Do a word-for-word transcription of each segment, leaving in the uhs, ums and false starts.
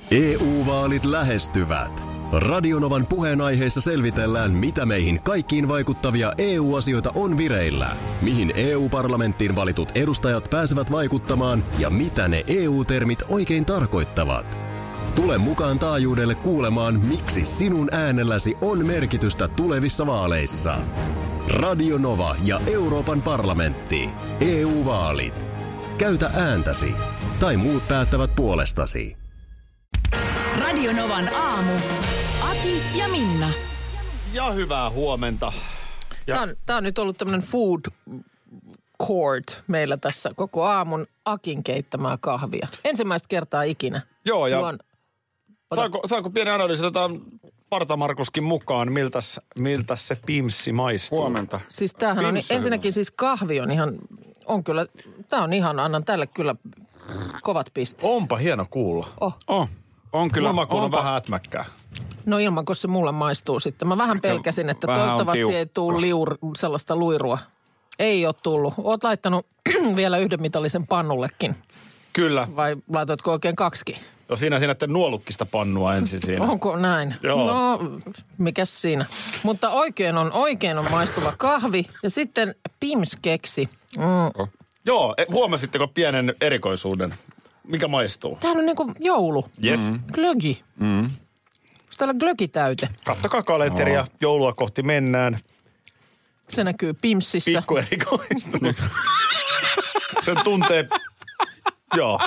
E U-vaalit lähestyvät. Radionovan puheenaiheessa selvitellään, mitä meihin kaikkiin vaikuttavia E U-asioita on vireillä, mihin E U-parlamenttiin valitut edustajat pääsevät vaikuttamaan ja mitä ne E U-termit oikein tarkoittavat. Tule mukaan taajuudelle kuulemaan, miksi sinun äänelläsi on merkitystä tulevissa vaaleissa. Radio Nova ja Euroopan parlamentti. E U-vaalit. Käytä ääntäsi. Tai muut päättävät puolestasi. Radio Novan aamu. Ati ja Minna. Ja hyvää huomenta. Ja... Tämä, on, tämä on nyt ollut tämmöinen food court meillä tässä koko aamun. Akin keittämää kahvia. Ensimmäistä kertaa ikinä. Joo, ja Juon... saanko, saanko pieni analyysi tätä Parta-Markuskin mukaan, miltäs, miltäs se pimssi maistuu? Huomenta. Siis tämähän on, ensinnäkin siis kahvi on ihan, on kyllä, tämä on ihan, annan tälle kyllä kovat pisteet. Onpa hieno kuulla. Oh. Oh, on kyllä. Mulla makuun on onpa... vähän ätmäkkää. No ilman, kun se mulle maistuu sitten. Mä vähän pelkäsin, että vähän toivottavasti ei tule liur, sellaista luirua. Ei ole tullut. Oot laittanut vielä yhden mitallisen pannullekin. Kyllä. Vai laitoitko oikein kaksikin? No siinä siinä te nuolukkista pannua ensin siinä. Onko näin? Joo. No, mikäs siinä? Mutta oikein on, oikein on maistuva kahvi ja sitten pimskeksi. Mm. Oh. Joo, huomasitteko pienen erikoisuuden? Mikä maistuu? Täällä on niinku joulu. Yes. Mm. Glögi. Mm. Onko täällä glögitäyte? Kattokaa kalenteria, oh. Joulua kohti mennään. Se näkyy pimssissä. Pikku erikoistunut. Sen tuntee, joo.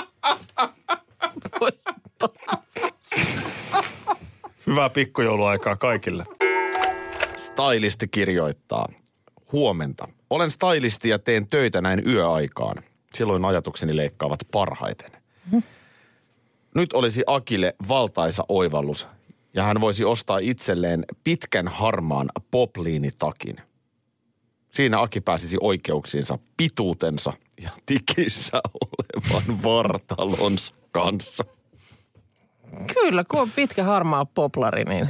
Hyvää pikkujouluaikaa kaikille. Stylisti kirjoittaa. Huomenta. Olen stylisti ja teen töitä näin yöaikaan. Silloin ajatukseni leikkaavat parhaiten. Hmm. Nyt olisi Akille valtaisa oivallus ja hän voisi ostaa itselleen pitkän harmaan popliinitakin. Siinä Aki pääsisi oikeuksiinsa pituutensa ja tikissä olevan vartalonsa kanssa. Kyllä, kun on pitkä harmaa poplari, niin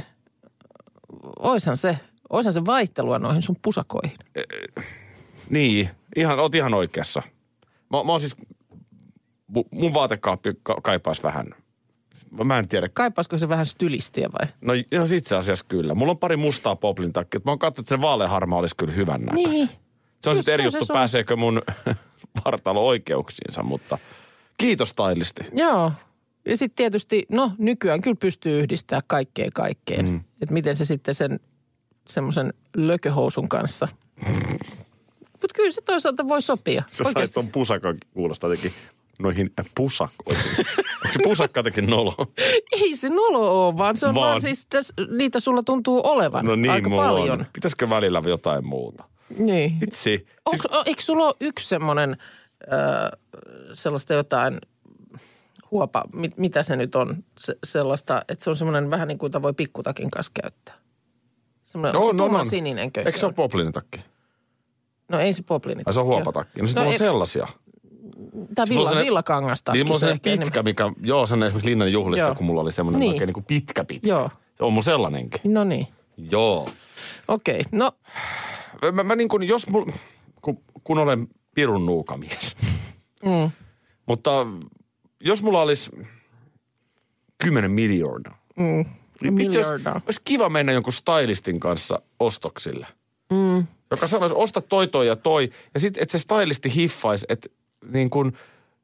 oishan se, oishan se vaihtelua noihin sun pusakoihin. E, niin, ihan, oot ihan oikeassa. Mä, mä oon siis, mun vaatekaappi ka, kaipaisi vähän, mä en tiedä. Kaipaisiko se vähän stylistiä vai? No ihan itse asiassa kyllä. Mulla on pari mustaa poplin takia. Mä oon katsonut, että se vaaleanharmaa olisi kyllä hyvän näköinen. Niin. Se on sitten eri se juttu, se pääseekö mun vartalo oikeuksiinsa, mutta kiitos stylisti. Joo. Ja sitten tietysti, no nykyään kyllä pystyy yhdistämään kaikkea kaikkeen. Mm. Että miten se sitten sen semmoisen lököhousun kanssa. Mutta kyllä se toisaalta voi sopia. Sä saisit ton pusakan kuulostaa jotenkin noihin pusakkoihin. Onko se pusakka jotenkin nolo? Ei se nolo ole, vaan se on vaan, vaan siis, täs, niitä sulla tuntuu olevan no niin, aika paljon. On. Pitäisikö välillä jotain muuta? Niin. Vitsi. Onko, siis... Eikö sulla ole yksi semmoinen äh, sellaista jotain huopa, mit, mitä se nyt on, se, sellaista, että se on semmoinen vähän niin kuin, jota voi pikkutakin kanssa käyttää. Semmoinen no, on no, no. sininen köysi. Eikö se ole poplinitakki? No ei se poplinitakki. Ai se on huopatakki. No sitten no, on ei... sellasia. Tämä villa, sellainen, villakangasta. Niin mulla on sellainen pitkä, enemmän. Mikä, joo, sellainen esimerkiksi Linnan juhlissa, joo. Kun mulla oli semmoinen niin. Oikein niin kuin pitkä pitkä. Joo. Se on mulla sellainenkin. No niin. Joo. Okei, okay, no. Mä, mä niin kuin, jos mulla, kun, kun olen pirun nuukamies. Mm. Mutta jos mulla olisi kymmenen miljoonaa. Mm. Niin miljoonaa. Olisi kiva mennä jonkun stylistin kanssa ostoksille. Mm. Joka sanoisi, osta toi, toi ja toi. Ja sitten, että se stylisti hiffaisi, että niin kuin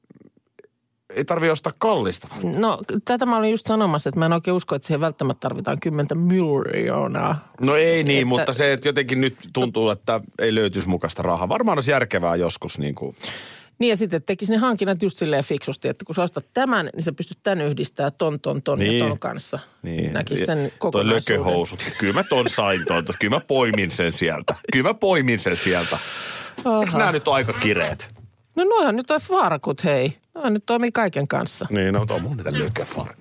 ei tarvitse ostaa kallista. No, tätä mä olin just sanomassa, että mä en oikein usko, että siihen välttämättä tarvitaan kymmentä miljoonaa. No ei niin, että... mutta se, että jotenkin nyt tuntuu, että ei löytyisi mukaista rahaa. Varmaan olisi järkevää joskus niin kuin. Niin ja sitten tekisi ne hankinnat just silleen fiksusti, että kun sä ostat tämän, niin sä pystyt tämän yhdistämään ton, ton, ton niin. Ja ton kanssa. Niin. Näkisi sen kokonaisuuden. Toi lököhousut. Kyllä mä ton sain ton. Kyllä mä poimin sen sieltä. Kyllä mä poimin sen sieltä. Aha. Eikö nämä nyt ole aika kireet? No noihan nyt on farkut, hei. Noihan nyt toimii kaiken kanssa. Niin, no on mun niitä lököfarkut.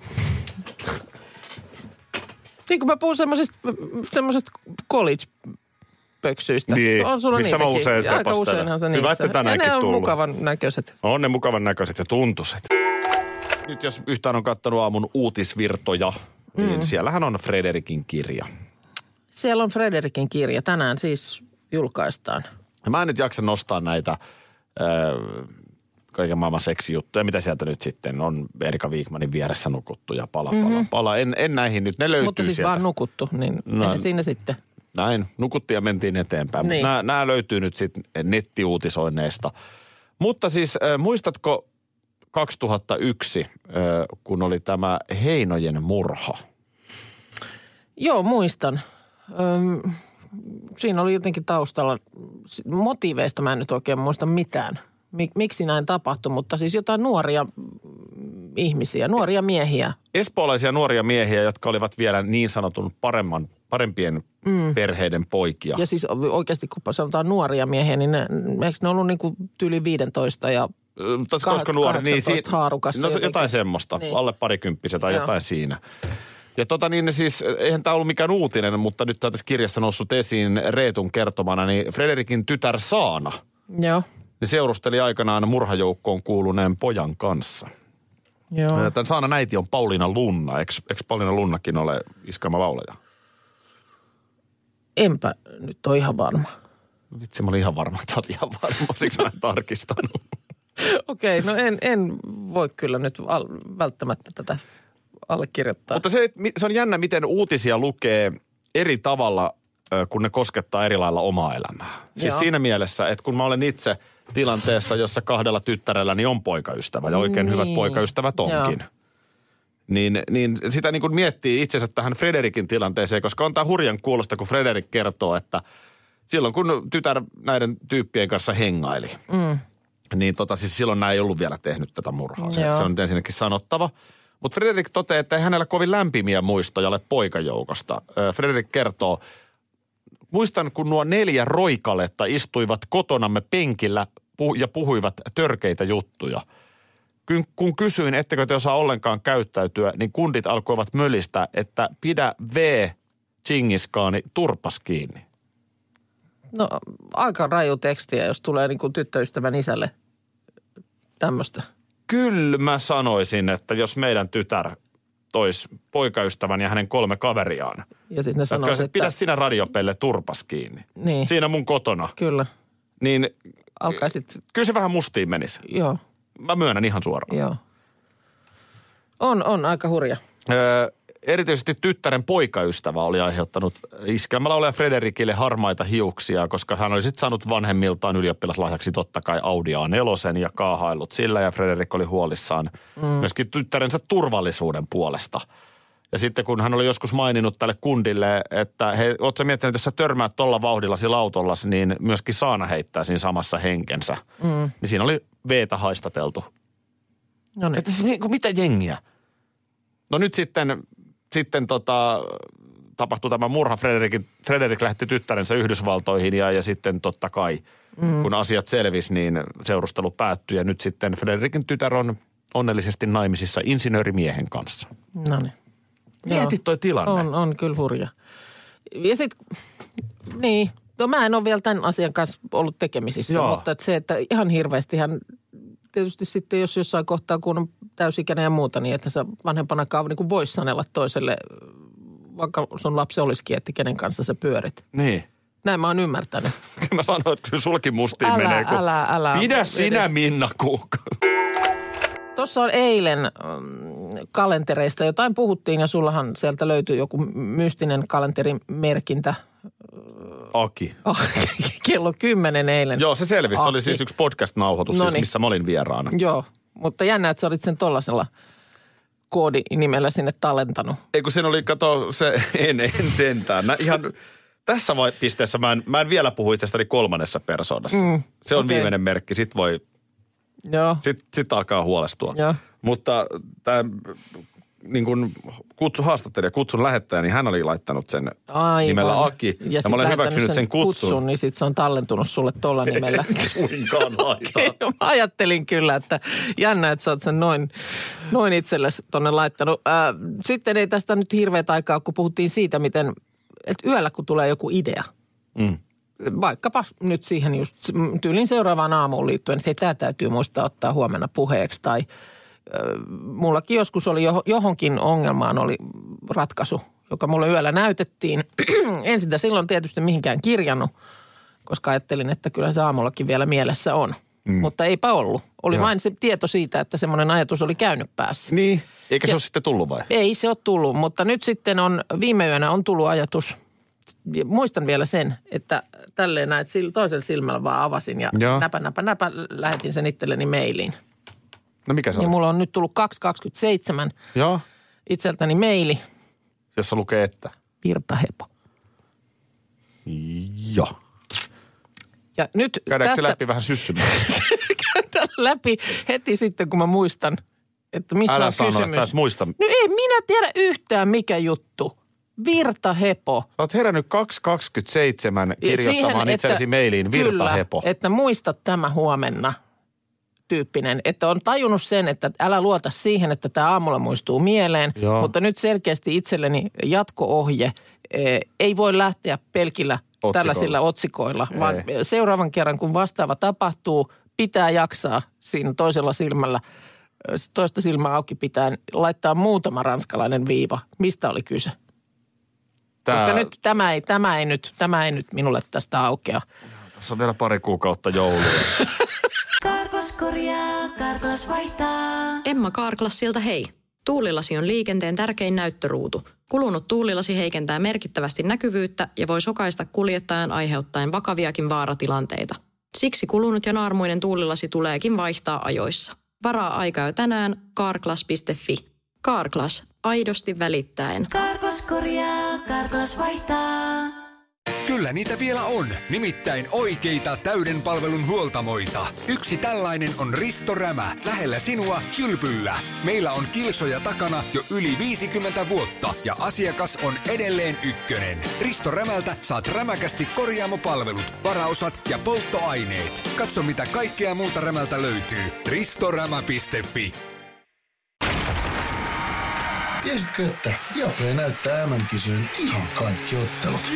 Niin kun mä puhun semmosista, semmosista college-pöksyistä. Niin, on sulla missä niitäkin. mä usein Aika useinhan se niissä. Hyvä, että tänäänkin tullut. Ja ne on tullut. mukavan näköiset. On ne mukavan näköiset ja tuntuiset. Nyt jos yhtään on katsonut aamun uutisvirtoja, mm. niin siellähän on Frederikin kirja. Siellä on Frederikin kirja. Tänään siis julkaistaan. Mä en nyt jaksa nostaa näitä äh, kaiken maailman seksijuttuja. Mitä sieltä nyt sitten on Erika Wigmanin vieressä nukuttu ja pala, pala, mm-hmm. pala. En, en näihin nyt, ne löytyy Mutta siis sieltä. vaan nukuttu, niin no, siinä sitten. Näin, nukuttiin ja mentiin eteenpäin. Niin. Nämä, nämä löytyy nyt sitten nettiuutisoinneista. Mutta siis äh, muistatko kaksituhattayksi, äh, kun oli tämä Heinojen murha? Joo, muistan. Öm, siinä oli jotenkin taustalla, motiiveista mä en nyt oikein muista mitään. Mik, miksi näin tapahtui, mutta siis jotain nuoria ihmisiä, nuoria miehiä. Espoolaisia nuoria miehiä, jotka olivat vielä niin sanotun paremman, parempien mm. perheiden poikia. Ja siis oikeasti kun sanotaan nuoria miehiä, niin ne, eikö ne ollut niin kuin tyyli viidentoista ja Tässä, koska nuori, niin siitä, haarukassa. No jotenkin. Jotain semmoista, niin. Alle parikymppiset tai Joo. jotain siinä. Ja tota niin siis, eihän tämä ollut mikään uutinen, mutta nyt tämä tässä kirjassa noussut esiin Reetun kertomana, niin Frederikin tytär Saana. Joo. Niin seurusteli aikanaan murhajoukkoon kuuluneen pojan kanssa. Joo. Tämän Saanan äiti on Pauliina Lunna. Eikö, eikö Pauliina Lunnakin ole iskelmälaulaja? Enpä nyt ole ihan varma. Vitsi, mä olin ihan varma, että sä oot ihan varma. Siksi mä en tarkistanut. Okei, okay, no en, en voi kyllä nyt al- välttämättä tätä allekirjoittaa. Mutta se, se on jännä, miten uutisia lukee eri tavalla, kun ne koskettaa eri lailla omaa elämää. Siis Joo. siinä mielessä, että kun mä olen itse tilanteessa, jossa kahdella tyttärelläni on poikaystävä ja oikein niin. hyvät poikaystävät onkin. Joo. Niin, niin sitä niin kuin miettii itsensä tähän Frederikin tilanteeseen, koska on tämä hurjan kuulosta, kun Frederik kertoo, että silloin kun tytär näiden tyyppien kanssa hengaili, mm. niin tota siis silloin nämä ei ollut vielä tehnyt tätä murhaa. Se, se on nyt ensinnäkin sanottava. Mutta Frederik toteaa, että ei hänellä kovin lämpimiä muistoja ole poikajoukosta. Frederik kertoo, muistan kun nuo neljä roikaletta istuivat kotonamme penkillä ja puhuivat törkeitä juttuja. Kun kysyin, ettekö te osaa ollenkaan käyttäytyä, niin kundit alkoivat mölistä, että pidä V. Chingiskaani turpas kiinni. No aika raju tekstiä, jos tulee niin kuin tyttöystävän isälle tämmöistä. Kyllä mä sanoisin, että jos meidän tytär tois poikaystävän ja hänen kolme kaveriaan. Ja sitten ne sanoo, että pidä sinä radiopelle turpas kiinni. Niin. Siinä mun kotona. Kyllä. Niin alkaisit. Kyllä se vähän mustiin menisi. Joo. Mä myönnän ihan suoraan. Joo. On, on aika hurja. Öö, erityisesti tyttären poikaystävä oli aiheuttanut iskelmälaulaja Frederikille harmaita hiuksia, koska hän oli sitten saanut vanhemmiltaan ylioppilaslahjaksi totta kai Audi A neljä ja kaahaillut sillä. Ja Frederik oli huolissaan mm. myöskin tyttärensä turvallisuuden puolesta. Ja sitten kun hän oli joskus maininnut tälle kundille, että hei, ootko sä miettinyt, että jos sä törmäät tuolla vauhdilla sillä autollasi, niin myöskin Saana heittää siinä samassa henkensä. Mm. Niin siinä oli veetä haistateltu. No niin. Että siis, mitä jengiä? No nyt sitten, sitten tota, tapahtui tämä murha. Frederik, Frederik lähti tyttärensä Yhdysvaltoihin ja, ja sitten totta kai, mm. kun asiat selvisi, niin seurustelu päättyi. Ja nyt sitten Frederikin tytär on onnellisesti naimisissa insinöörimiehen kanssa. No niin. Mietit toi tilanne. On, on kyllä hurja. Ja sitten, niin, no mä en ole vielä tämän asian kanssa ollut tekemisissä, Joo. mutta että se, että ihan hirveästi hän tietysti sitten, jos jossain kohtaa, kun on täysikäinen ja muuta, niin että sä vanhempanakaan niin kuin voisi sanella toiselle, vaikka sun lapsi olisikin, että kenen kanssa sä pyörit. Niin. Näin mä oon ymmärtänyt. Mä sanoin, että kyllä sulki mustiin älä, menee. Kun älä, älä. Pidä edes. sinä Minna Kuukka. Tuossa on eilen kalentereista jotain puhuttiin ja sullahan sieltä löytyy joku mystinen kalenterimerkintä. Aki. Kello kymmenen eilen. Joo, se selvisi. Se oli siis yksi podcast-nauhoitus, siis, missä mä olin vieraana. Joo, mutta jännä, että sä olit sen tollasella koodinimellä sinne tallentanut. Ei kun siinä oli, kato, se en, en sentään. Mä ihan tässä pisteessä mä en, mä en vielä puhu itsestäni kolmannessa persoonassa. Mm, se on okay. Viimeinen merkki, sit voi... Joo. Sitten sit alkaa huolestua. Joo. Mutta tämä niin kuin kutsu haastattelija, kutsun lähettäjä, niin hän oli laittanut sen Aivan. nimellä Aki. Ja, ja mä olen hyväksynyt sen, sen kutsun. kutsun. Niin sitten se on tallentunut sulle tuolla nimellä. Suinkaan laita. Okay, no, mä ajattelin kyllä, että jännä, että sä oot sen noin, noin itsellesi tonne laittanut. Äh, sitten ei tästä nyt hirveät aikaa, kun puhuttiin siitä, miten, että yöllä kun tulee joku idea. Mm. Vaikkapa nyt siihen just tyylin seuraavaan aamuun liittyen, että hei, tämä täytyy muistaa ottaa huomenna puheeksi. Tai äh, mullakin joskus oli johonkin ongelmaan oli ratkaisu, joka mulle yöllä näytettiin. En sitä silloin tietysti mihinkään kirjannut, koska ajattelin, että kyllä se aamullakin vielä mielessä on. Mm. Mutta eipä ollut. Oli Joo. vain se tieto siitä, että semmoinen ajatus oli käynyt päässä. Niin, eikä se Ja- ole sitten tullut vai? Ei se ole tullut, mutta nyt sitten on, viime yönä on tullut ajatus. Muistan vielä sen, että tälleen näin, että sillä toisella silmällä vaan avasin ja Joo. näpä, näpä, näpä, lähetin sen itselleni mailiin. No mikä se Ja on? mulla on nyt tullut kaksi kaksikymmentäseitsemän Joo, itseltäni maili, jossa lukee, että... virtahepo. Joo. Ja nyt Käydäänkö tästä se läpi vähän syssymään? käydään läpi heti sitten, kun mä muistan, että mistä Älä on sano, kysymys. että sä et muista. No ei minä tiedä yhtään mikä juttu. Virtahepo. Sä oot herännyt kaksi kaksikymmentäseitsemän kirjoittamaan Siihen, itsellesi että- mailiin virtahepo. Kyllä, että muista tämä huomenna tyyppinen. Että on tajunnut sen, että älä luota siihen, että tämä aamulla muistuu mieleen. Joo. Mutta nyt selkeästi itselleni jatko-ohje. eh, Ei voi lähteä pelkillä Otsikoilla. tällaisilla otsikoilla, vaan Ei. seuraavan kerran, kun vastaava tapahtuu, pitää jaksaa siinä toisella silmällä, eh, toista silmää auki pitäen, laittaa muutama ranskalainen viiva. Mistä oli kyse? Tää, Koska nyt tämä ei, tämä ei nyt, tämä ei nyt minulle tästä aukea. Tässä on vielä pari kuukautta joulua. Karklas korjaa, Karklas vaihtaa. Emma Karklassilta hei. Tuulilasi on liikenteen tärkein näyttöruutu. Kulunut tuulilasi heikentää merkittävästi näkyvyyttä ja voi sokaista kuljettajan aiheuttaen vakaviakin vaaratilanteita. Siksi kulunut ja naarmuinen tuulilasi tuleekin vaihtaa ajoissa. Varaa aikaa jo tänään karklas piste fi. Karklas, aidosti välittäen. Karklas korjaa, Karklas vaihtaa. Kyllä niitä vielä on, nimittäin oikeita täyden palvelun huoltamoita. Yksi tällainen on Risto Rämä, lähellä sinua, Kylpyllä. Meillä on kilsoja takana jo yli viisikymmentä vuotta ja asiakas on edelleen ykkönen. Risto Rämältä saat rämäkästi korjaamopalvelut, varaosat ja polttoaineet. Katso mitä kaikkea muuta Rämältä löytyy. ristorämä piste fi. Tiesitkö, että Viaplay näyttää M M-kisojen ihan kaikki ottelut?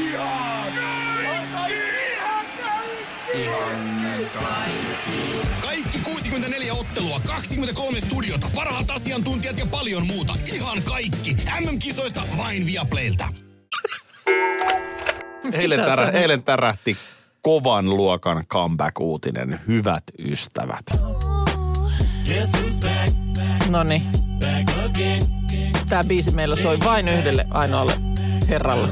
Kaikki kuusikymmentäneljä ottelua, kaksikymmentäkolme studiota, parhaat asiantuntijat ja paljon muuta. Ihan kaikki. M M-kisoista vain Viaplaylta. Eilen, Mitä tärä, se- eilen tärähti kovan luokan comeback-uutinen. Hyvät ystävät. No niin. Tämä biisi meillä soi vain yhdelle ainoalle herralle.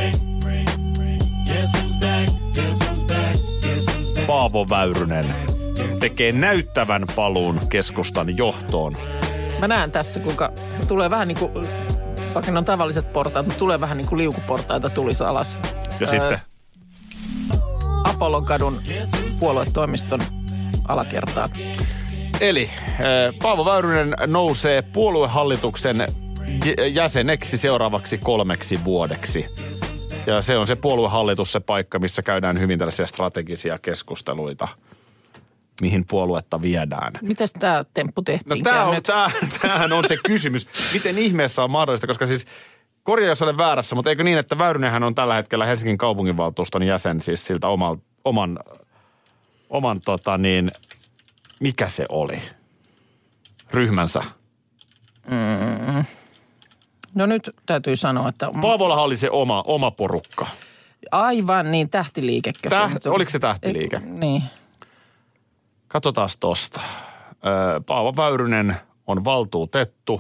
Paavo Väyrynen tekee näyttävän paluun keskustan johtoon. Mä näen tässä, kuinka tulee vähän niin kuin, vaikka ne on tavalliset portaat, mutta tulee vähän niin kuin liukuportaita tulisi alas. Ja Öö, sitten Apollon kadun puoluetoimiston alakertaan. Eli äh, Paavo Väyrynen nousee puoluehallituksen j- jäseneksi seuraavaksi kolmeksi vuodeksi. Ja se on se puoluehallitus se paikka, missä käydään hyvin tällaisia strategisia keskusteluita, mihin puoluetta viedään. Mites tämä temppu No tehtiin? tää on, nyt? tää, tämähän on se kysymys. Miten ihmeessä on mahdollista, koska siis korjaa jos olen väärässä, mutta eikö niin, että Väyrynenhän on tällä hetkellä Helsingin kaupunginvaltuuston jäsen siis siltä oman, oman, oman tota niin, mikä se oli? Ryhmänsä. Mm. No nyt täytyy sanoa, että Paavolahan oli se oma, oma porukka. aivan niin tähtiliikekö. Täht- se nyt on? oliko se tähtiliike? Ei, niin. Katsotaan tosta. Öö, Paavo Väyrynen on valtuutettu.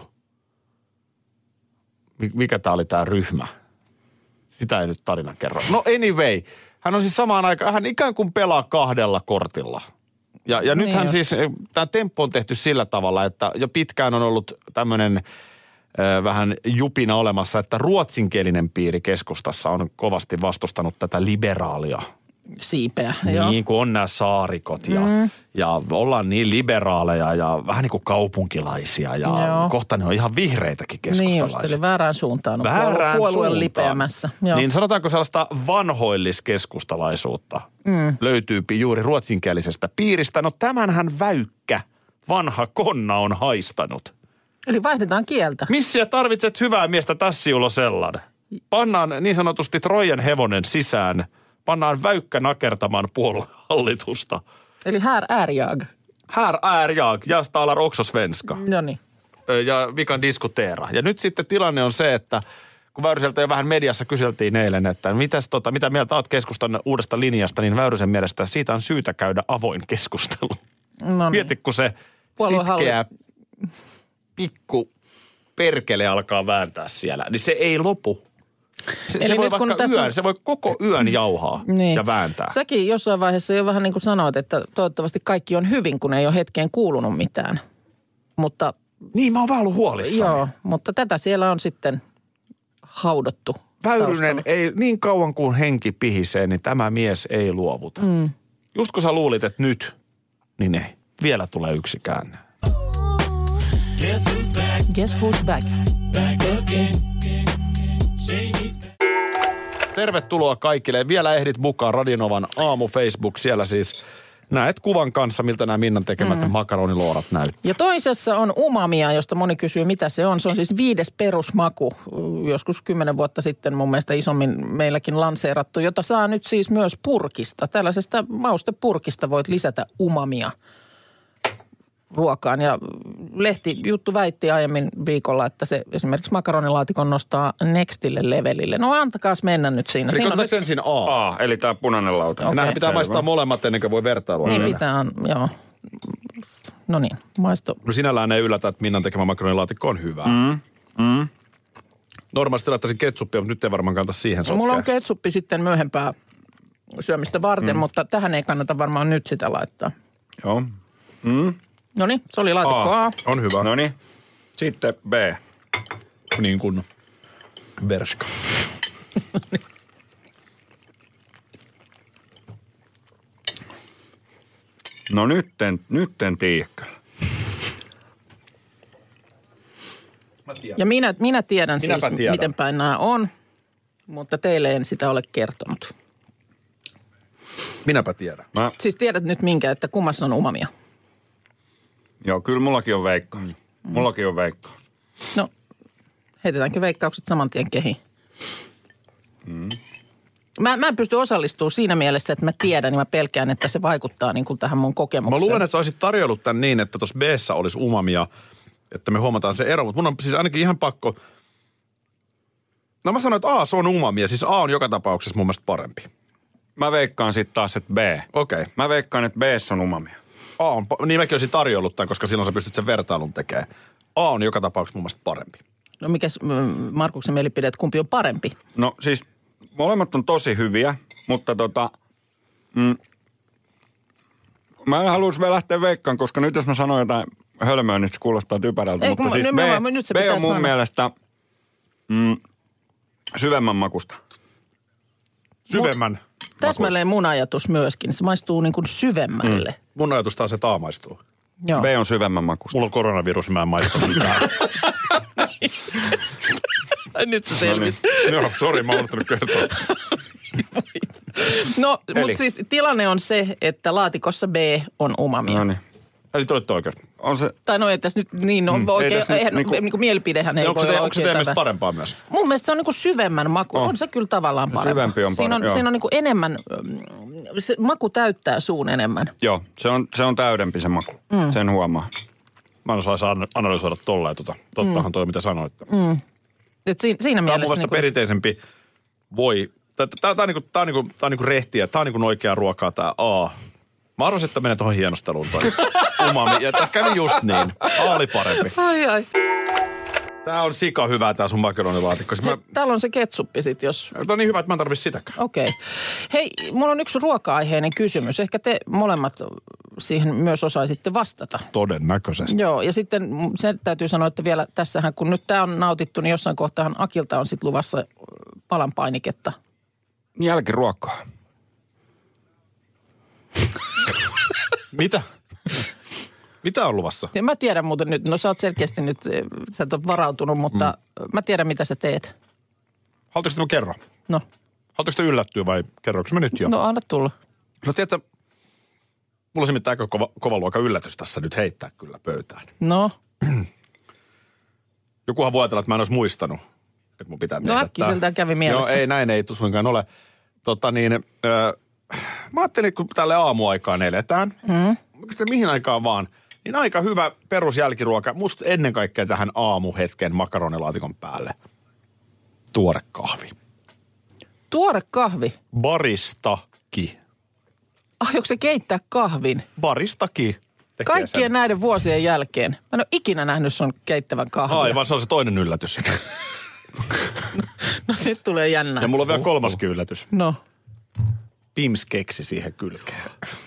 Mikä tää oli tää ryhmä? Sitä ei nyt tarina kerro. No anyway, hän on siis samaan aikaan, hän ikään kuin pelaa kahdella kortilla. Ja, ja Niin nythän just. siis, tämä temppu on tehty sillä tavalla, että jo pitkään on ollut tämmöinen ö, vähän jupina olemassa, että ruotsinkielinen piiri keskustassa on kovasti vastustanut tätä liberaalia. Siipeä, joo. Niin kuin on nämä saarikot ja, mm. ja ollaan niin liberaaleja ja vähän niin kuin kaupunkilaisia ja Joo. kohta ne on ihan vihreitäkin Niin just, keskustalaiset. eli väärään suuntaan on Väärään puolue suuntaan. lipeämässä. Joo. Niin sanotaanko sellaista vanhoilliskeskustalaisuutta mm. löytyypi juuri ruotsinkielisestä piiristä. No tämänhän Väykkä, vanha konna, on haistanut. Eli vaihdetaan kieltä. Missä tarvitset hyvää miestä tassi ulosellan? Pannaan niin sanotusti Trojan hevonen sisään. Pannaan Väykkä nakertamaan puoluehallitusta. Eli här är jag. Här är jag, jag talar också svenska. No niin. Ja vi kan diskutera. Ja nyt sitten tilanne on se, että kun Väyryseltä jo vähän mediassa kyseltiin eilen, että mitäs, tota, mitä mieltä olet keskustan uudesta linjasta, niin Väyrysen mielestä siitä on syytä käydä avoin keskustelu. No niin. Mieti, kun se sitkeä pikku perkele alkaa vääntää siellä, niin se ei lopu. Se, se voi vaikka yön, on... se voi koko yön jauhaa niin. ja vääntää. Säkin jossain vaiheessa jo vähän niin kuin sanoit, että toivottavasti kaikki on hyvin, kun ei ole hetkeen kuulunut mitään. Mutta... Niin, mä oon vähän ollut huolissani. Joo, mutta tätä siellä on sitten haudottu. Väyrynen taustalla. ei, niin kauan kuin henki pihisee, niin tämä mies ei luovuta. Mm. Just kun sä luulit, että nyt, niin ei. Vielä tulee yksi käänne. Guess who's back? Guess who's back? Back again. Tervetuloa kaikille. Vielä ehdit mukaan Radionovan aamu Facebook. Siellä siis näet kuvan kanssa, miltä nämä Minnan tekemät mm. makaroniloorat näyttää. Ja toisessa on umamia, josta moni kysyy, mitä se on. Se on siis viides perusmaku, joskus kymmenen vuotta sitten mun mielestä isommin meilläkin lanseerattu, jota saa nyt siis myös purkista. Tällaisesta maustepurkista voit lisätä umamia ruokaan. Ja lehtijuttu väitti aiemmin viikolla, että se esimerkiksi makaronilaatikon nostaa nextille levelille. No antakaas mennä nyt siinä. Eli siinä on ensin A. A, eli tämä punainen lauta. Okay. Nämähän pitää maistaa molemmat ennen kuin voi vertailua. Niin pitää, joo. No niin, maisto. No sinällään ei yllätä, että Minnan tekemä makaronilaatikko on hyvää. Mm, mm. Normaalisti laittaisin ketsuppia, mutta nyt ei varmaan kannata siihen sotkea. Mulla on ketsuppi sitten myöhempää syömistä varten, mm. mutta tähän ei kannata varmaan nyt sitä laittaa. Joo. Mm. No niin, se oli laatikko A. A. On hyvä. No niin, sitten B. Niin kuin verska. No nyt en, nyt en tiedäkö. Ja minä, minä tiedän Minäpä siis, tiedän. miten päin nämä on, mutta teille en sitä ole kertonut. Minäpä tiedän. Mä, Siis tiedät nyt minkä, että kummassa on umamia? joo, kyllä mullakin on veikkaus. Mullakin on veikkaus. No, heitetäänkö veikkaukset saman tien kehiin? Mm. Mä, mä en pysty osallistumaan siinä mielessä, että mä tiedän ja mä pelkään, että se vaikuttaa niin kuin tähän mun kokemukseen. Mä luulen, että sä olisit tarjollut tämän niin, että tuossa B:ssä olisi umamia, että me huomataan se ero. Mutta mun on siis ainakin ihan pakko... No mä sanoin, että A, se on umamia. Siis A on joka tapauksessa mun mielestä parempi. Mä veikkaan sitten taas, että B. Okei. Okay. Mä veikkaan, että B:ssä on umamia. A on, niin mäkin olisin tarjollut tämän, koska silloin sä pystyt sen vertailun tekemään. A on joka tapauksessa mun mielestä parempi. No mikäs Markuksen mielipide, että kumpi on parempi? No siis molemmat on tosi hyviä, mutta tota... Mm, mä en haluaisi vielä lähteä veikkaan, koska nyt jos mä sanon jotain hölmöä, niin se kuulostaa typerältä. Ei, mutta kun, siis B, mä, nyt se B on mun sanoa. mielestä mm, syvemmän makusta. Syvemmän. Täsmälleen mun ajatus myöskin. Se maistuu niin kuin syvemmälle. Mm. Mun ajatus taas, että A maistuu. Joo. B on syvemmän makusta. Mulla on koronavirus, mä en maistu mitään. Nyt se selvisi. No niin. Joo, sori, mä oon unohtanut kertoa. No, Eli? mutta siis tilanne on se, että laatikossa B on umamia. No niin. Eli te olette oikeasti. On se... Tai no ei tässä nyt niin, no mm, oikein, tässä nyt eihän, niinku- niinku mielipidehän ei Onko voi se, olla onko se oikein teidän mielestä tämä. parempaa myös? Mun mielestä se on niinku syvemmän maku. On. On se kyllä tavallaan parempi. Syvempi on siinä on, parempi, siinä on niinku enemmän, mm, se maku täyttää suun enemmän. Joo, se on, se on täydempi se maku. Mm. Sen huomaa. Mä en osaa analysoida tolleen tota. Tottahan mm. toi, mitä sanoit. Mm. Et siinä, siinä Tämä on mun mielessä mielestä niinku, perinteisempi voi. Tämä on niinku, tää on niinku, tää on niinku rehtiä. Tämä on niinku oikeaa ruokaa tämä A. Mä arvoisin, että menee tuohon hienosteluun toi umami. Ja tässä kävi just niin. A oli parempi. ai ai. Tää on sika hyvää tää sun makaronilaatikko. Siis mä, Täällä on se ketsuppi sit, jos... tää on niin hyvä, että mä en tarvitse sitäkään. Okei. Okay. Hei, mulla on yksi ruoka-aiheinen kysymys. Ehkä te molemmat siihen myös osaisitte vastata. Todennäköisesti. Joo, ja sitten se täytyy sanoa, että vielä tässähän, kun nyt tämä on nautittu, niin jossain kohtaan Akilta on sitten luvassa palanpainiketta. Jälkiruokaa. Mitä? Mitä on luvassa? Ja mä tiedän muuten nyt, no sä oot selkeästi nyt, sä et ole varautunut, mutta mm. mä tiedän mitä sä teet. Haluatteko te mä kerro? No. Haluatteko te yllättyä vai kerroinko mä nyt jo? No anna tulla. No tiedätkö, mulla on se mitään aika kova, kova luokan yllätys tässä nyt heittää kyllä pöytään. No. Jokuhan voi ajatella, että mä en olisi muistanut, että mun pitää No tehdä äkkiseltään kävi mielessä. Joo, ei näin ei suinkaan ole. Tota niin, öö, mä ajattelin, kun tälle aamuaikaan eletään, mm. mihin aikaan vaan, niin aika hyvä perusjälkiruoka. Musta ennen kaikkea tähän aamuhetken makaronilaatikon päälle. Tuore kahvi. Tuore kahvi? Baristaki. Aiotko se keittää kahvin? Baristaki. tekee Kaikkien sen. näiden vuosien jälkeen. Mä en ole ikinä nähnyt sun keittävän kahvia. Aivan, se on se toinen yllätys. No sit tulee jännää. Ja mulla on vielä kolmaskin yllätys. No. Pims keksi siihen kylkeen.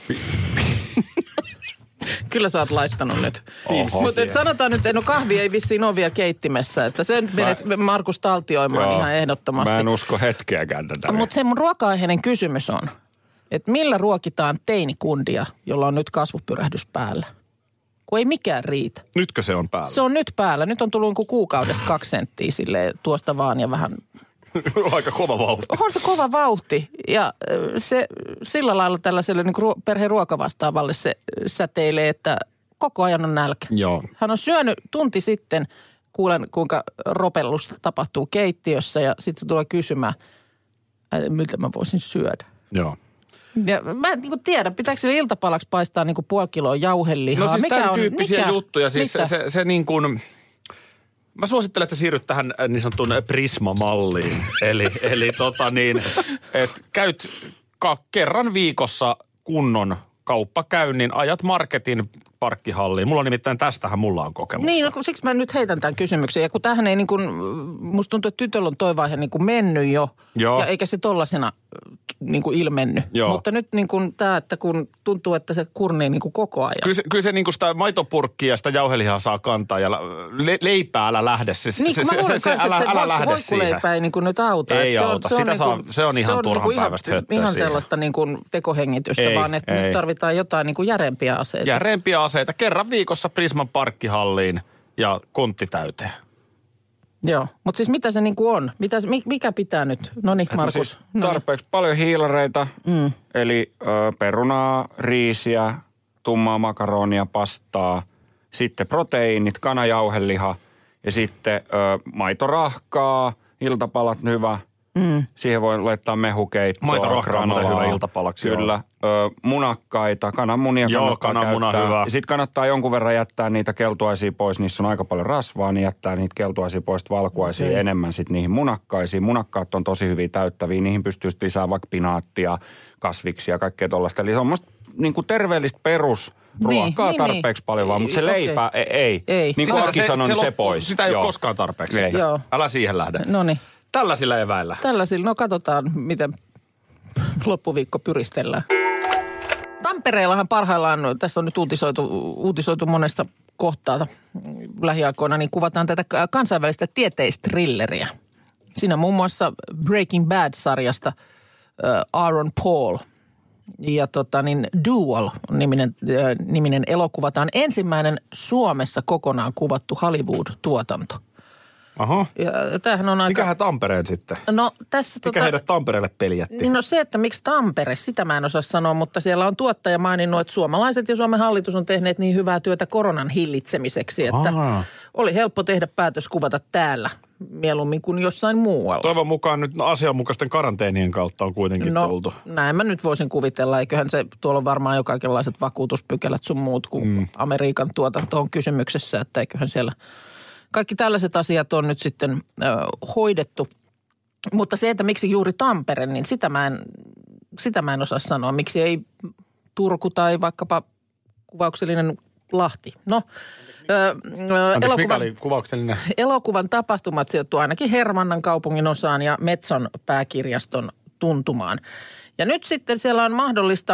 Kyllä sä oot laittanut nyt. Oho. Mutta sanotaan nyt, että no kahvi ei vissiin ole vielä keittimessä. Että sen nyt menet Markus taltioimaan Joo. ihan ehdottomasti. Mä en usko hetkeäkään tätä. Mutta se mun ruoka-aiheinen kysymys on, että millä ruokitaan teinikundia, jolla on nyt kasvupyrähdys päällä? Kun ei mikään riitä. Nytkö se on päällä? Se on nyt päällä. Nyt on tullut kuukaudessa kaksi senttiä silleen tuosta vaan ja vähän. Aika kova vauhti. On se kova vauhti ja se sillä lailla tällaiselle niin kuin perheen ruokavastaavalle se säteilee, että koko ajan on nälkä. Joo. Hän on syönyt tunti sitten, kuulen kuinka ropellus tapahtuu keittiössä ja sitten se tulee kysymään, miltä mä voisin syödä. Joo. Ja mä en niin kuin tiedä, pitääkö sille iltapalaksi paistaa niin kuin puoli kiloa jauhelihaa? No siis mikä tämän on, tyyppisiä mikä, juttuja. Siis se, se, se niin kuin, mä suosittelen, että siirryt tähän niin sanottuun Prisma-malliin. eli eli tota niin, että käyt ka- kerran viikossa kunnon kauppakäynnin, ajat marketin parkkihalliin. Mulla on nimittäin tästähän mulla on kokemusta. Niin, no kun siksi mä nyt heitän tämän kysymyksen. Ja kun tämähän ei niin kuin, musta tuntuu, että tytöllä on toi vaihe niin kuin mennyt jo. Joo. Ja eikä se tollasena niin kuin ilmennyt. Joo. Mutta nyt niin kuin tämä, että kun tuntuu, että se kurnii niin kuin koko ajan. Kyllä se, kyllä se niin kuin sitä maitopurkkia ja sitä jauhelihaa saa kantaa ja le, leipää älä lähde. Se, Niin, se, kun mä luulen se, se, kanssa, älä, että se älä lähde voikkuleipä ei niin kuin nyt auta. Ei Että auta. Se on, Sitä se saa- on, se on ihan se turhan niin kuin päivästä höttöä ihan siihen. sellaista niin kuin tekohengitystä, Ei, vaan että ei. nyt tarvitaan jotain niin kuin järeempiä aseita. Järeempiä aseita. Kerran viikossa Prisman parkkihalliin ja kontti täyteen. Joo, mutta siis mitä se niin kuin on? Mitä, mikä pitää nyt? No niin, Markus. Siis tarpeeksi paljon hiilareita, mm. eli ö, perunaa, riisiä, tummaa makaronia, pastaa, sitten proteiinit, kanajauheliha ja sitten ö, maitorahkaa, iltapalat hyvä. Mm. Siihen voi laittaa mehukeittoa, Maitorahka on mulle granolaa. hyvä iltapalaksi. Kyllä. Ö, munakkaita, kananmunia Joo, kannattaa kananmuna käyttää. hyvä. Ja sitten kannattaa jonkun verran jättää niitä keltuaisia pois. Niissä on aika paljon rasvaa, niin jättää niitä keltuaisia pois valkuaisia Okei. enemmän sitten niihin munakkaisiin. Munakkaat on tosi hyvin täyttäviä. Niihin pystyy sitten lisää vaikka pinaattia, kasviksia ja kaikkea tollaista. Eli se on musta niin kuin terveellistä perusruokaa Niin, tarpeeksi niin, paljon vaan, mutta se Okei. leipä ei. ei. Ei. Niin kuin Aki sanoi, niin se loppuu. pois. Sitä ei Joo. ole koskaan tarpeeksi. Ei. Joo. Älä siihen lähde. No niin. Tällaisilla eväillä. Tällaisilla, no katsotaan, miten loppuviikko pyristellään. Tampereellahan parhaillaan, tässä on nyt uutisoitu, uutisoitu monesta kohtaa lähiaikoina, niin kuvataan tätä kansainvälistä tieteisthrilleriä. Siinä muun muassa Breaking Bad-sarjasta äh, Aaron Paul ja tota niin Duel on niminen, äh, niminen elokuva. Tämä on ensimmäinen Suomessa kokonaan kuvattu Hollywood-tuotanto. Aha. Ja tämähän on aika... Mikähän Tampereen sitten? No tässä Mikä tota... heidät Tampereelle peljätti? Niin no se, että miksi Tampere, sitä mä en osaa sanoa, mutta siellä on tuottaja maininnut, että suomalaiset ja Suomen hallitus on tehneet niin hyvää työtä koronan hillitsemiseksi, että Aa. oli helppo tehdä päätös kuvata täällä mieluummin kuin jossain muualla. Toivon mukaan nyt asianmukaisten karanteenien kautta on kuitenkin No tultu. näin mä nyt voisin kuvitella, eiköhän se, tuolla on varmaan jo kaikenlaiset vakuutuspykälät sun muut, kun mm. Amerikan tuotanto on kysymyksessä, että eiköhän siellä kaikki tällaiset asiat on nyt sitten ö, hoidettu. Mutta se, että miksi juuri Tampere, niin sitä mä en, sitä mä en osaa sanoa. Miksi ei Turku tai vaikkapa kuvauksellinen Lahti. No, ö, ö, Anteeksi, mikä elokuvan, oli kuvauksellinen? elokuvan tapahtumat sijoittuu ainakin Hermannan kaupungin osaan ja Metson pääkirjaston tuntumaan. Ja nyt sitten siellä on mahdollista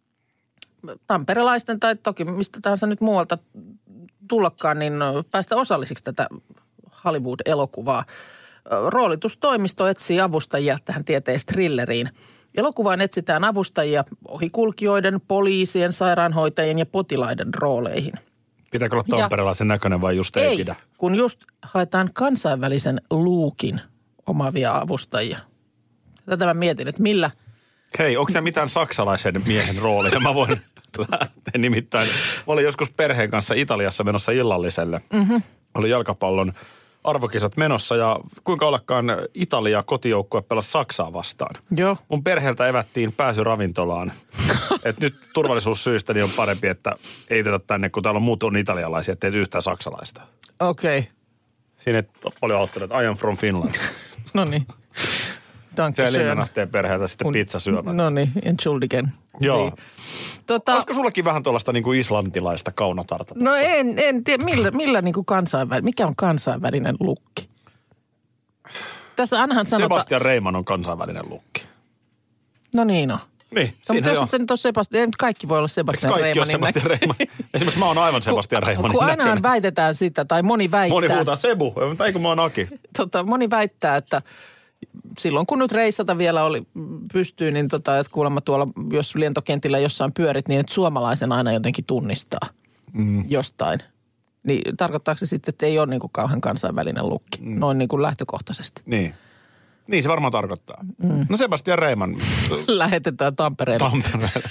tamperelaisten tai toki mistä tahansa nyt muualta tullakaan, niin päästä osallisiksi tätä Hollywood-elokuvaa. Roolitustoimisto etsii avustajia tähän tieteisthrilleriin. Elokuvaan etsitään avustajia ohikulkijoiden, poliisien, sairaanhoitajien ja potilaiden rooleihin. Pitääkö olla tamperelaisen näköinen vai just ei, Ei, pidä? kun just haetaan kansainvälisen luukin omaavia avustajia. Tätä mä mietin, että millä... Hei, onko se mitään saksalaisen miehen roolia? Mä voin lähteä nimittäin. Mä olin joskus perheen kanssa Italiassa menossa illalliselle. Mm-hmm. Oli jalkapallon arvokisat menossa ja kuinka ollakaan Italia kotijoukkue pelasi Saksaa vastaan. Joo. Mun perheeltä evättiin pääsy ravintolaan. Että nyt turvallisuussyistä niin on parempi, että ei tätä tänne, kun täällä on muut on italialaisia, ettei yhtään saksalaista. Okei. Okay. Siinä oli auttanut, että I am from Finland. No niin. Se Linna lähtee perheeltä sitten pizza syömään. No niin, entschuldigen. Joo. Tota, Olisiko sullakin vähän tuollaista niin kuin islantilaista kaunotarta? no en, en tiedä, millä, millä niin kuin kansainvälinen, mikä on kansainvälinen lukki? Tässä ainahan sanotaan... Sebastian Reiman on kansainvälinen lukki. No niin on. Niin, No, siinä mutta se jos on. et sä nyt ole Sebastian, ei nyt kaikki voi olla Sebastian Kaikki on Reimanin Sebastian näköinen. Reiman. Esimerkiksi mä oon aivan Sebastian Kun, Reimanin kun ainahan näköinen. väitetään sitä, tai moni väittää... Moni huutaa Sebu, mutta eikö mä oon Aki? Tota, moni väittää, että silloin kun nyt reissata vielä oli, pystyy, niin tota, että kuulemma tuolla, jos lentokentillä jossain pyörit, niin että suomalaisen aina jotenkin tunnistaa mm. jostain. Niin tarkoittaako se sitten, että ei ole niin kuin kauhean kansainvälinen lukki, mm. noin niin kuin lähtökohtaisesti? Niin. Niin se varmaan tarkoittaa. Mm. No Sebastian Reiman. Lähetetään Tampereelle. Tampereelle.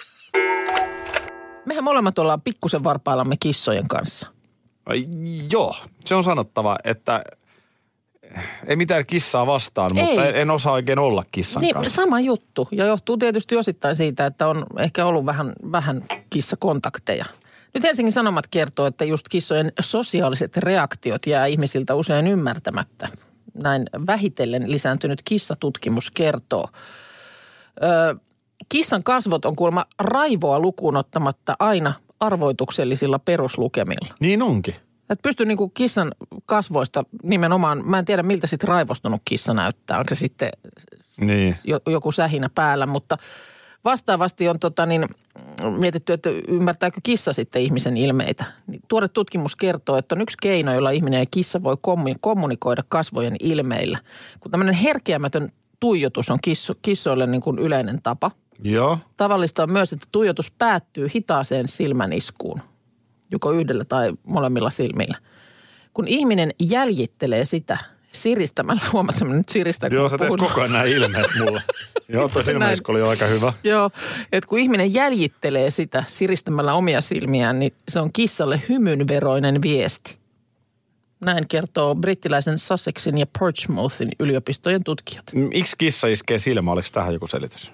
Mehän molemmat ollaan pikkusen varpaillamme kissojen kanssa. Ai, joo, se on sanottava, että ei mitään kissaa vastaan, Ei. mutta en, en osaa oikein olla kissan Niin, kanssa. sama juttu. Ja johtuu tietysti osittain siitä, että on ehkä ollut vähän, vähän kissakontakteja. Nyt Helsingin Sanomat kertoo, että just kissojen sosiaaliset reaktiot jää ihmisiltä usein ymmärtämättä. Näin vähitellen lisääntynyt kissatutkimus kertoo. Ö, kissan kasvot on kuulemma raivoa lukuun ottamatta aina arvoituksellisilla peruslukemilla. Niin onkin. Et pysty niinku kissan kasvoista nimenomaan, mä en tiedä miltä sitten raivostunut kissa näyttää, onko se sitten Niin. jo, joku sähinä päällä, mutta vastaavasti on tota niin, mietitty, että ymmärtääkö kissa sitten ihmisen ilmeitä. Niin tuore tutkimus kertoo, että on yksi keino, jolla ihminen ja kissa voi kommunikoida kasvojen ilmeillä. Kun tämmöinen herkeämätön tuijotus on kisso, kissoille niin kuin yleinen tapa. Joo. Tavallista on myös, että tuijotus päättyy hitaaseen silmäniskuun, joko yhdellä tai molemmilla silmillä. Kun ihminen jäljittelee sitä siristämällä, huomaatko nyt siristää? Joo, sä teet puhun. koko ajan nämä ilmeet mulle. Joo, toi silmäisku oli aika hyvä. Joo, että kun ihminen jäljittelee sitä siristämällä omia silmiään, niin se on kissalle hymynveroinen viesti. Näin kertoo brittiläisen Sussexin ja Portsmouthin yliopistojen tutkijat. Miksi kissa iskee silmä? Oliko tähän joku selitys?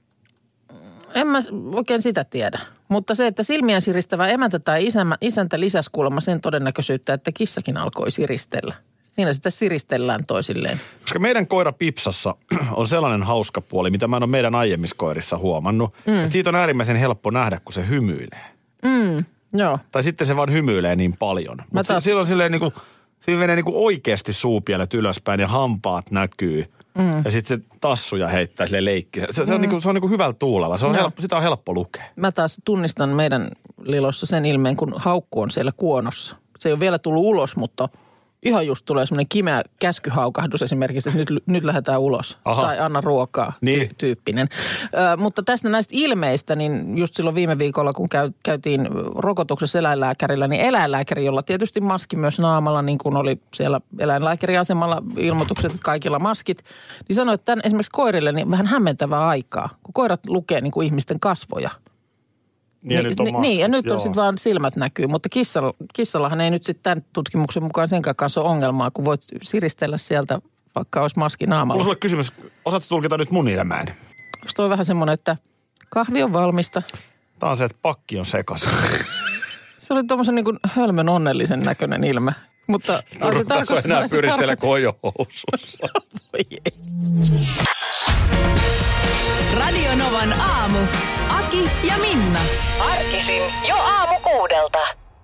En mä oikein sitä tiedä. Mutta se, että silmiään siristävä emäntä tai isäntä, isäntä lisäsi kuulemma sen todennäköisyyttä, että kissakin alkoi siristellä. Siinä sitä siristellään toisilleen. Koska meidän koira Pipsassa on sellainen hauska puoli, mitä mä en ole meidän aiemmissa koirissa huomannut. Mm. Että siitä on äärimmäisen helppo nähdä, kun se hymyilee. Mm, joo. Tai sitten se vaan hymyilee niin paljon. Mutta taas... silloin silleen niin kuin, siinä menee niin kuin oikeasti suupielet ylöspäin ja hampaat näkyy. Mm. Ja sitten se tassuja heittää silleen leikkiä. Se, se on, mm. niin kuin, se on niin kuin hyvällä tuulella. Se on helppo, sitä on helppo lukea. Mä taas tunnistan meidän Lilossa sen ilmeen, kun haukku on siellä kuonossa. Se ei ole vielä tullut ulos, mutta ihan just tulee semmoinen kimeä käskyhaukahdus esimerkiksi, että nyt, nyt lähdetään ulos. Aha. Tai anna ruokaa niin. ty- tyyppinen. Ö, mutta tästä näistä ilmeistä, niin just silloin viime viikolla, kun käy, käytiin rokotuksessa eläinlääkärillä, niin eläinlääkäri, jolla tietysti maski myös naamalla, niin kuin oli siellä eläinlääkäriasemalla ilmoitukset, kaikilla maskit, niin sanoi, että tämän esimerkiksi koirille niin vähän hämmentävää aikaa, kun koirat lukee niin kuin ihmisten kasvoja. Niin, ja niin, nyt on niin, ja nyt Joo. on sitten vaan silmät näkyy, mutta kissalla, kissallahan ei nyt sitten tämän tutkimuksen mukaan senkään kanssa ole ongelmaa, kun voit siristellä sieltä, vaikka olisi maski naamalla. Mulla sulle kysymys, osaatko tulkita nyt mun ilmääni? Onko toi vähän semmoinen, että kahvi on valmista? Tää on se, että pakki on sekaisin. Se oli tommosen niin kuin hölmön onnellisen näköinen ilme. Mutta Turha se enää pyristellä kojohousussa. Voi ei. Radio Novan aamu. Aki ja Minna. Arkisin jo aamu kuudelta.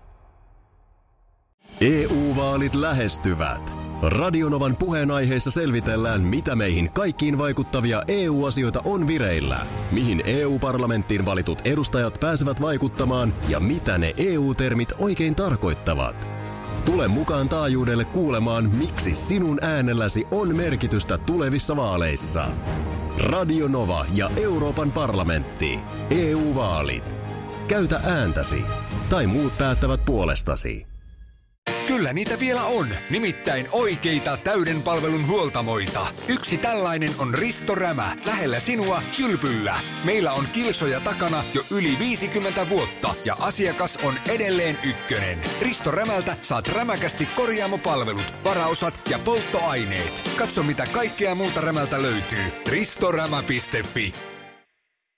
E U-vaalit lähestyvät. Radionovan puheenaiheessa selvitellään, mitä meihin kaikkiin vaikuttavia E U-asioita on vireillä, mihin E U-parlamenttiin valitut edustajat pääsevät vaikuttamaan ja mitä ne E U-termit oikein tarkoittavat. Tule mukaan taajuudelle kuulemaan, miksi sinun äänelläsi on merkitystä tulevissa vaaleissa. Radio Nova ja Euroopan parlamentti. E U-vaalit. Käytä ääntäsi. Tai muut päättävät puolestasi. Kyllä niitä vielä on, nimittäin oikeita täyden palvelun huoltamoita. Yksi tällainen on Risto Rämä, lähellä sinua, Kylpyllä. Meillä on kilsoja takana jo yli viisikymmentä vuotta ja asiakas on edelleen ykkönen. Risto Rämältä saat rämäkästi korjaamopalvelut, varaosat ja polttoaineet. Katso mitä kaikkea muuta Rämältä löytyy. ristorämä piste fi.